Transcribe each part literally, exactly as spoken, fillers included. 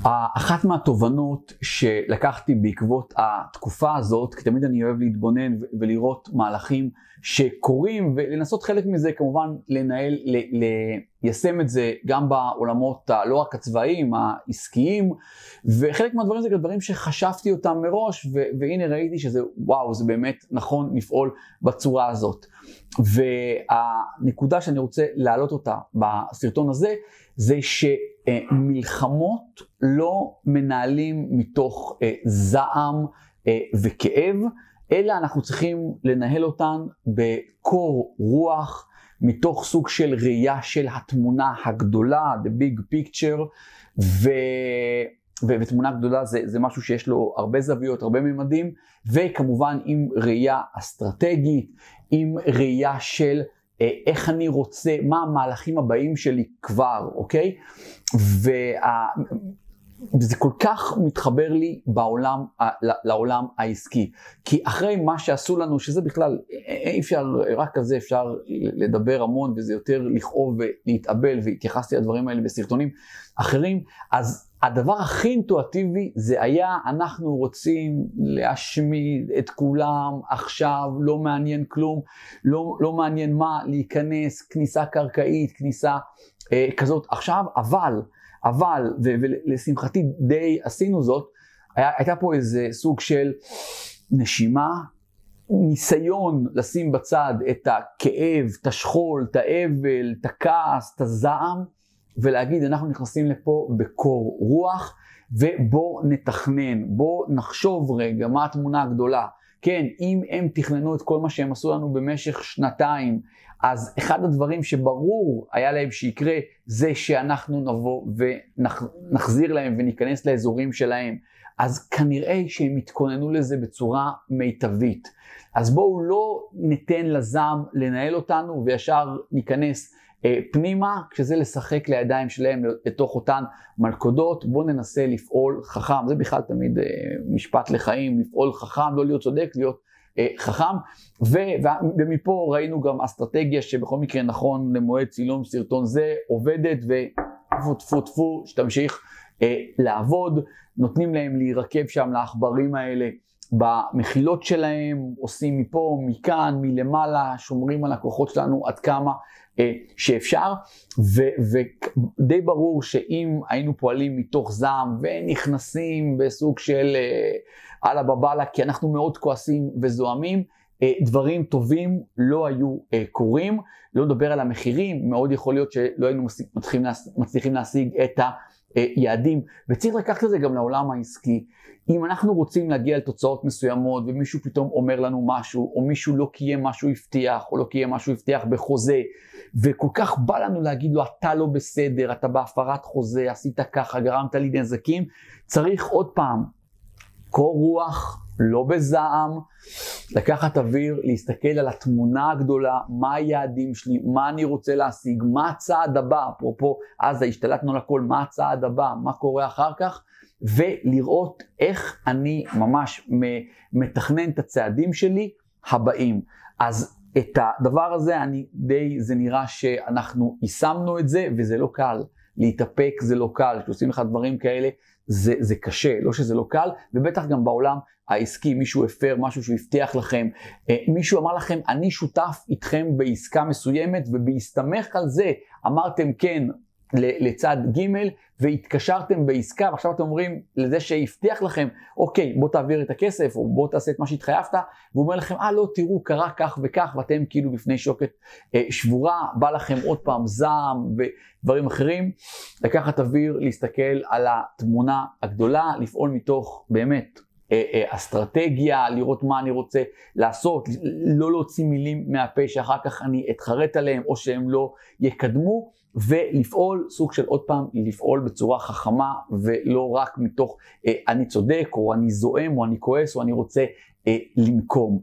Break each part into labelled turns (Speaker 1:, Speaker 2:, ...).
Speaker 1: אחת מהתובנות שלקחתי בעקבות התקופה הזאת, כי תמיד אני אוהב להתבונן ולראות מהלכים שקורים, ולנסות חלק מזה כמובן לנהל, ליישם את זה גם בעולמות לא רק הצבאיים, העסקיים, וחלק מהדברים זה גם דברים שחשבתי אותם מראש, והנה ראיתי שזה וואו, זה באמת נכון לפעול בצורה הזאת. והנקודה שאני רוצה להעלות אותה בסרטון הזה, זה שמלחמות לא מנהלים מתוך זעם וכאב, אלא אנחנו צריכים לנהל אותן בקור רוח, מתוך סוג של ראייה של התמונה הגדולה, the big picture, ו... ו... ותמונה גדולה זה, זה משהו שיש לו הרבה זוויות, הרבה ממדים, וכמובן עם ראייה אסטרטגית, עם ראייה של איך אני רוצה, מה המהלכים הבאים שלי כבר, אוקיי? וה... וזה כל כך מתחבר לי בעולם, לעולם העסקי. כי אחרי מה שעשו לנו, שזה בכלל, אי אפשר, רק על זה אפשר לדבר המון, וזה יותר לכאוב ולהתאבל, והתייחסתי לדברים האלה בסרטונים אחרים, אז הדבר הכי אינטואטיבי זה היה, אנחנו רוצים להשמיד את כולם עכשיו, לא מעניין כלום, לא, לא מעניין מה, להיכנס, כניסה קרקעית, כניסה אה, כזאת עכשיו, אבל, אבל, ולשמחתי די עשינו זאת, היה, הייתה פה איזה סוג של נשימה, ניסיון לשים בצד את הכאב, את השכול, את האבל, את הכעס, את הזעם, ולהגיד אנחנו נכנסים לפה בקור רוח, ובוא נתכנן, בוא נחשוב רגע מה התמונה הגדולה. כן, אם הם תכננו את כל מה שהם עשו לנו במשך שנתיים, אז אחד הדברים שברור היה להם שיקרה, זה שאנחנו נבוא ונחזיר להם וניכנס לאזורים שלהם. אז כנראה שהם התכוננו לזה בצורה מיטבית. אז בואו לא ניתן לזעם לנהל אותנו וישר ניכנס אה, פנימה, כשזה לשחק לידיים שלהם לתוך אותן מלכודות. בואו ננסה לפעול חכם, זה בכלל תמיד אה, משפט לחיים, לפעול חכם, לא להיות צודק, להיות אה, חכם. ו, ומפה ראינו גם אסטרטגיה שבכל מקרה נכון למועד צילום סרטון זה, עובדת וטפו טפו טפו, שתמשיך אה, לעבוד. נותנים להם להירקב שם לעכברים האלה במחילות שלהם, עושים מפה, מכאן, מלמעלה, שומרים על הכוחות שלנו עד כמה אה, שאפשר, ודי ברור שאם היינו פועלים מתוך זעם ונכנסים בסוג של אה, אללה בבאללה, כי אנחנו מאוד כועסים וזועמים, אה, דברים טובים לא היו אה, קורים. לא לדבר על המחירים, מאוד יכול להיות שלא היינו מצליחים, מצליחים להשיג את ה... יעדים, וצריך לקחת את זה גם לעולם העסקי. אם אנחנו רוצים להגיע לתוצאות מסוימות, ומישהו פתאום אומר לנו משהו, או מישהו לא קיים משהו הבטיח, או לא קיים משהו הבטיח בחוזה, וכל כך בא לנו להגיד לו, אתה לא בסדר, אתה בהפרת חוזה, עשית ככה, גרמת לי נזקים, צריך עוד פעם, קור רוח, לא בזעם, לקחת אוויר, להסתכל על התמונה הגדולה, מה היעדים שלי, מה אני רוצה להשיג, מה הצעד הבא, אפרופו, אז השתלטנו לכל, מה הצעד הבא, מה קורה אחר כך, ולראות איך אני ממש מתכנן את הצעדים שלי הבאים. אז את הדבר הזה, אני די, זה נראה שאנחנו יישמנו את זה, וזה לא קל. להתאפק זה לא קל, כשעושים לך דברים כאלה, זה, זה קשה, לא שזה לא קל, ובטח גם בעולם העסקי, מישהו הפר, משהו שהוא הבטיח לכם, מישהו אמר לכם, אני שותף איתכם בעסקה מסוימת, ובהסתמך על זה אמרתם כן לצד ג' והתקשרתם בעסקה, ועכשיו אתם אומרים לזה שהבטיח לכם, אוקיי, בוא תעביר את הכסף, או בוא תעשה את מה שהתחייבת, והוא אומר לכם, אה לא, תראו, קרה כך וכך, ואתם כאילו בפני שוקת אה, שבורה, בא לכם עוד פעם זעם ודברים אחרים. לקחת אוויר, להסתכל על התמונה הגדולה, לפעול מתוך באמת אה, אה, אסטרטגיה, לראות מה אני רוצה לעשות, לא להוציא מילים מהפה שאחר כך אני אתחרט עליהם, או שהם לא יקדמו, ולפעול, סוג של עוד פעם, לפעול בצורה חכמה, ולא רק מתוך אה, אני צודק, או אני זועם, או אני כועס, או אני רוצה אה, לנקום.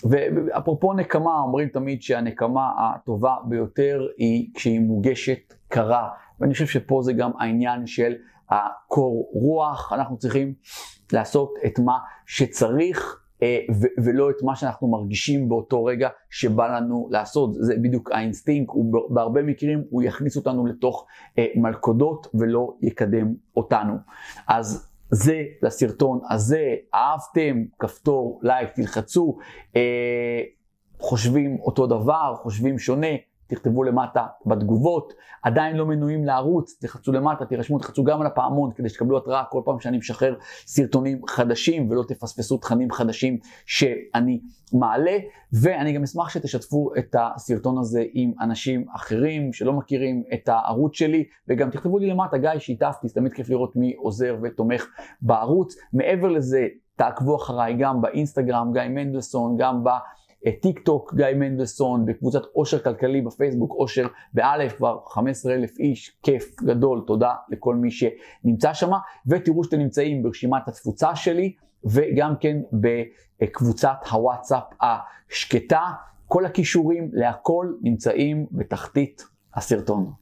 Speaker 1: ואפרופו נקמה, אומרים תמיד שהנקמה הטובה ביותר היא כשהיא מוגשת קרה. ואני חושב שפה זה גם העניין של הקור רוח, אנחנו צריכים לעשות את מה שצריך, ו- ולא את מה שאנחנו מרגישים באותו רגע שבא לנו לעשות. זה בדיוק האינסטינקט, ובהרבה מקרים הוא יכניס אותנו לתוך מלכודות ולא יקדם אותנו. אז זה לסרטון הזה, אהבתם, כפתור לייק, תלחצו, חושבים אותו דבר, חושבים שונה, תכתבו למטה בתגובות. עדיין לא מנויים לערוץ, תלחצו למטה, תירשמו, תלחצו גם על הפעמון כדי שתקבלו התראה כל פעם שאני משחרר סרטונים חדשים ולא תפספסו תכנים חדשים שאני מעלה. ואני גם אשמח שתשתפו את הסרטון הזה עם אנשים אחרים שלא מכירים את הערוץ שלי, וגם תכתבו לי למטה, גיא, שיתפתי, זה תמיד כיף לראות מי עוזר ותומך בערוץ. מעבר לזה, תעקבו אחריי גם באינסטגרם, גיא מנדלסון, גם ב... טיק טוק, גיא מנדלסון, בקבוצת עושר כלכלי בפייסבוק, עושר באלף, כבר חמישה עשר אלף איש, כיף גדול, תודה לכל מי שנמצא שם, ותראו שאתם נמצאים ברשימת התפוצה שלי, וגם כן בקבוצת הוואטסאפ השקטה. כל הכישורים להכל נמצאים בתחתית הסרטון.